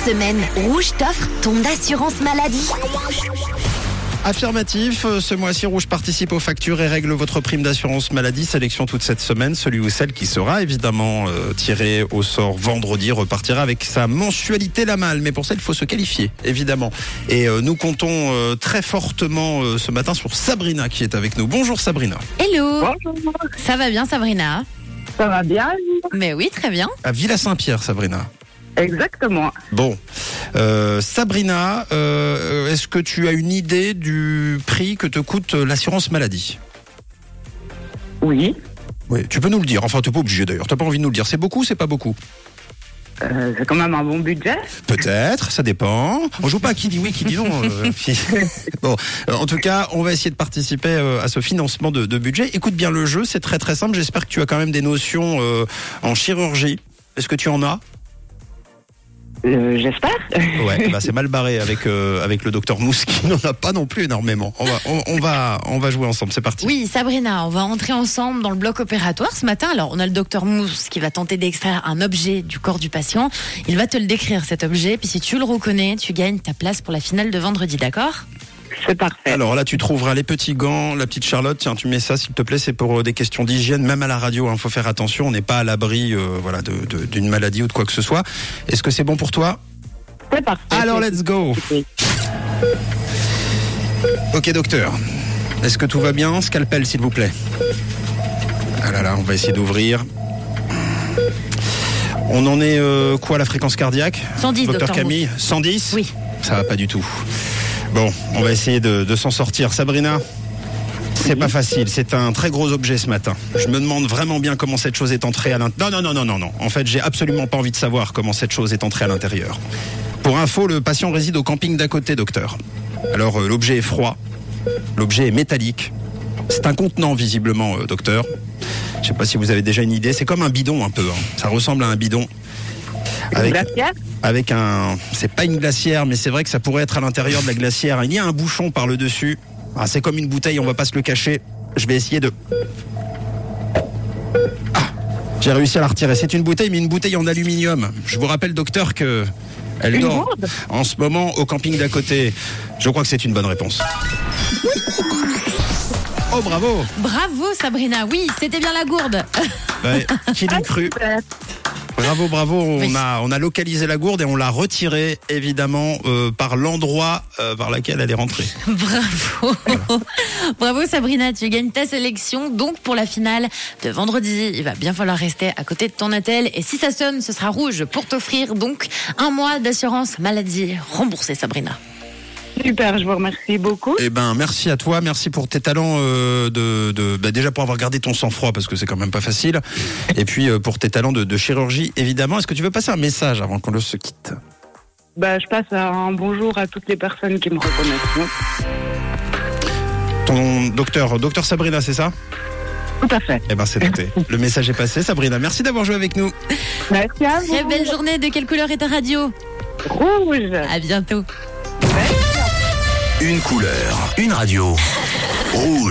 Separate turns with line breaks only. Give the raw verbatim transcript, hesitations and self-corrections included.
semaine, Rouge t'offre ton assurance maladie.
Affirmatif, ce mois-ci Rouge participe aux factures et règle votre prime d'assurance maladie. Sélection toute cette semaine, celui ou celle qui sera évidemment euh, tiré au sort vendredi repartira avec sa mensualité la malle. Mais pour ça il faut se qualifier évidemment. Et euh, nous comptons euh, très fortement euh, ce matin sur Sabrina qui est avec nous. Bonjour Sabrina.
Hello.
Bonjour.
Ça va bien Sabrina?
Ça va bien?
Mais oui, très bien.
À Villa-Saint-Pierre Sabrina.
Exactement.
Bon, euh, Sabrina, euh, est-ce que tu as une idée du prix que te coûte l'assurance maladie?
Oui.
Oui, tu peux nous le dire. Enfin, tu n'es pas obligé d'ailleurs. Tu n'as pas envie de nous le dire. C'est beaucoup ou c'est pas beaucoup?
Euh, c'est quand même un bon budget.
Peut-être, ça dépend. On joue pas à qui dit oui, qui dit non. euh, bon, euh, en tout cas, on va essayer de participer euh, à ce financement de, de budget. Écoute bien le jeu, c'est très très simple. J'espère que tu as quand même des notions euh, en chirurgie. Est-ce que tu en as?
Euh, j'espère.
Ouais, bah c'est mal barré avec euh, avec le docteur Mousse qui n'en a pas non plus énormément. On va on, on va on va jouer ensemble. C'est parti.
Oui, Sabrina, on va entrer ensemble dans le bloc opératoire ce matin. Alors, on a le docteur Mousse qui va tenter d'extraire un objet du corps du patient. Il va te le décrire cet objet, puis si tu le reconnais, tu gagnes ta place pour la finale de vendredi, d'accord?
C'est parfait.
Alors là, tu trouveras les petits gants, la petite Charlotte. Tiens, tu mets ça, s'il te plaît. C'est pour euh, des questions d'hygiène, même à la radio. Il faut faire attention. On n'est pas à l'abri, euh, voilà, de, de, d'une maladie ou de quoi que ce soit. Est-ce que c'est bon pour toi?
C'est parfait.
Alors, let's go. Ok, docteur. Est-ce que tout va bien? Scalpel, s'il vous plaît. Ah là là, on va essayer d'ouvrir. On en est euh, quoi, la fréquence cardiaque?
cent dix,
docteur
docteur
Camille. cent dix?
Oui.
Ça va pas du tout. Bon, on va essayer de, de s'en sortir. Sabrina, c'est pas facile. C'est un très gros objet ce matin. Je me demande vraiment bien comment cette chose est entrée à l'intérieur. Non, non, non, non, non, non. En fait, j'ai absolument pas envie de savoir comment cette chose est entrée à l'intérieur. Pour info, le patient réside au camping d'à côté, docteur. Alors, euh, l'objet est froid. L'objet est métallique. C'est un contenant, visiblement, euh, docteur. Je sais pas si vous avez déjà une idée. C'est comme un bidon, un peu. Hein. Ça ressemble à un bidon.
Avec... Une glacière?
Avec un... C'est pas une glacière, mais c'est vrai que ça pourrait être à l'intérieur de la glacière. Il y a un bouchon par le dessus. Ah, c'est comme une bouteille, on va pas se le cacher. Je vais essayer de... Ah, j'ai réussi à la retirer. C'est une bouteille, mais une bouteille en aluminium. Je vous rappelle, docteur, que... Elle
Une
dort
gourde
en ce moment au camping d'à côté. Je crois que c'est une bonne réponse. Oh, bravo!
Bravo Sabrina, oui, c'était bien la gourde.
Ouais, qui l'eût cru? Bravo, bravo. On,
Oui.
a, on a localisé la gourde et on l'a retirée, évidemment, euh, par l'endroit euh, par lequel elle est rentrée.
Bravo. Bravo Sabrina, tu gagnes ta sélection donc pour la finale de vendredi. Il va bien falloir rester à côté de ton attel et si ça sonne, ce sera rouge pour t'offrir donc un mois d'assurance maladie remboursée Sabrina.
Super, je vous remercie beaucoup.
Eh ben, merci à toi, merci pour tes talents euh, de, de bah, déjà pour avoir gardé ton sang-froid parce que c'est quand même pas facile, et puis euh, pour tes talents de, de chirurgie évidemment. Est-ce que tu veux passer un message avant qu'on le se quitte?
Bah, je passe un bonjour à toutes les personnes qui me reconnaissent.
Ton docteur, docteur Sabrina, c'est ça?
Tout à fait.
Eh ben, c'est noté. Le message est passé. Sabrina, merci d'avoir joué avec nous.
Merci à vous.
Très belle journée. De quelle couleur est ta radio?
Rouge.
À bientôt.
Une couleur, une radio. Rouge.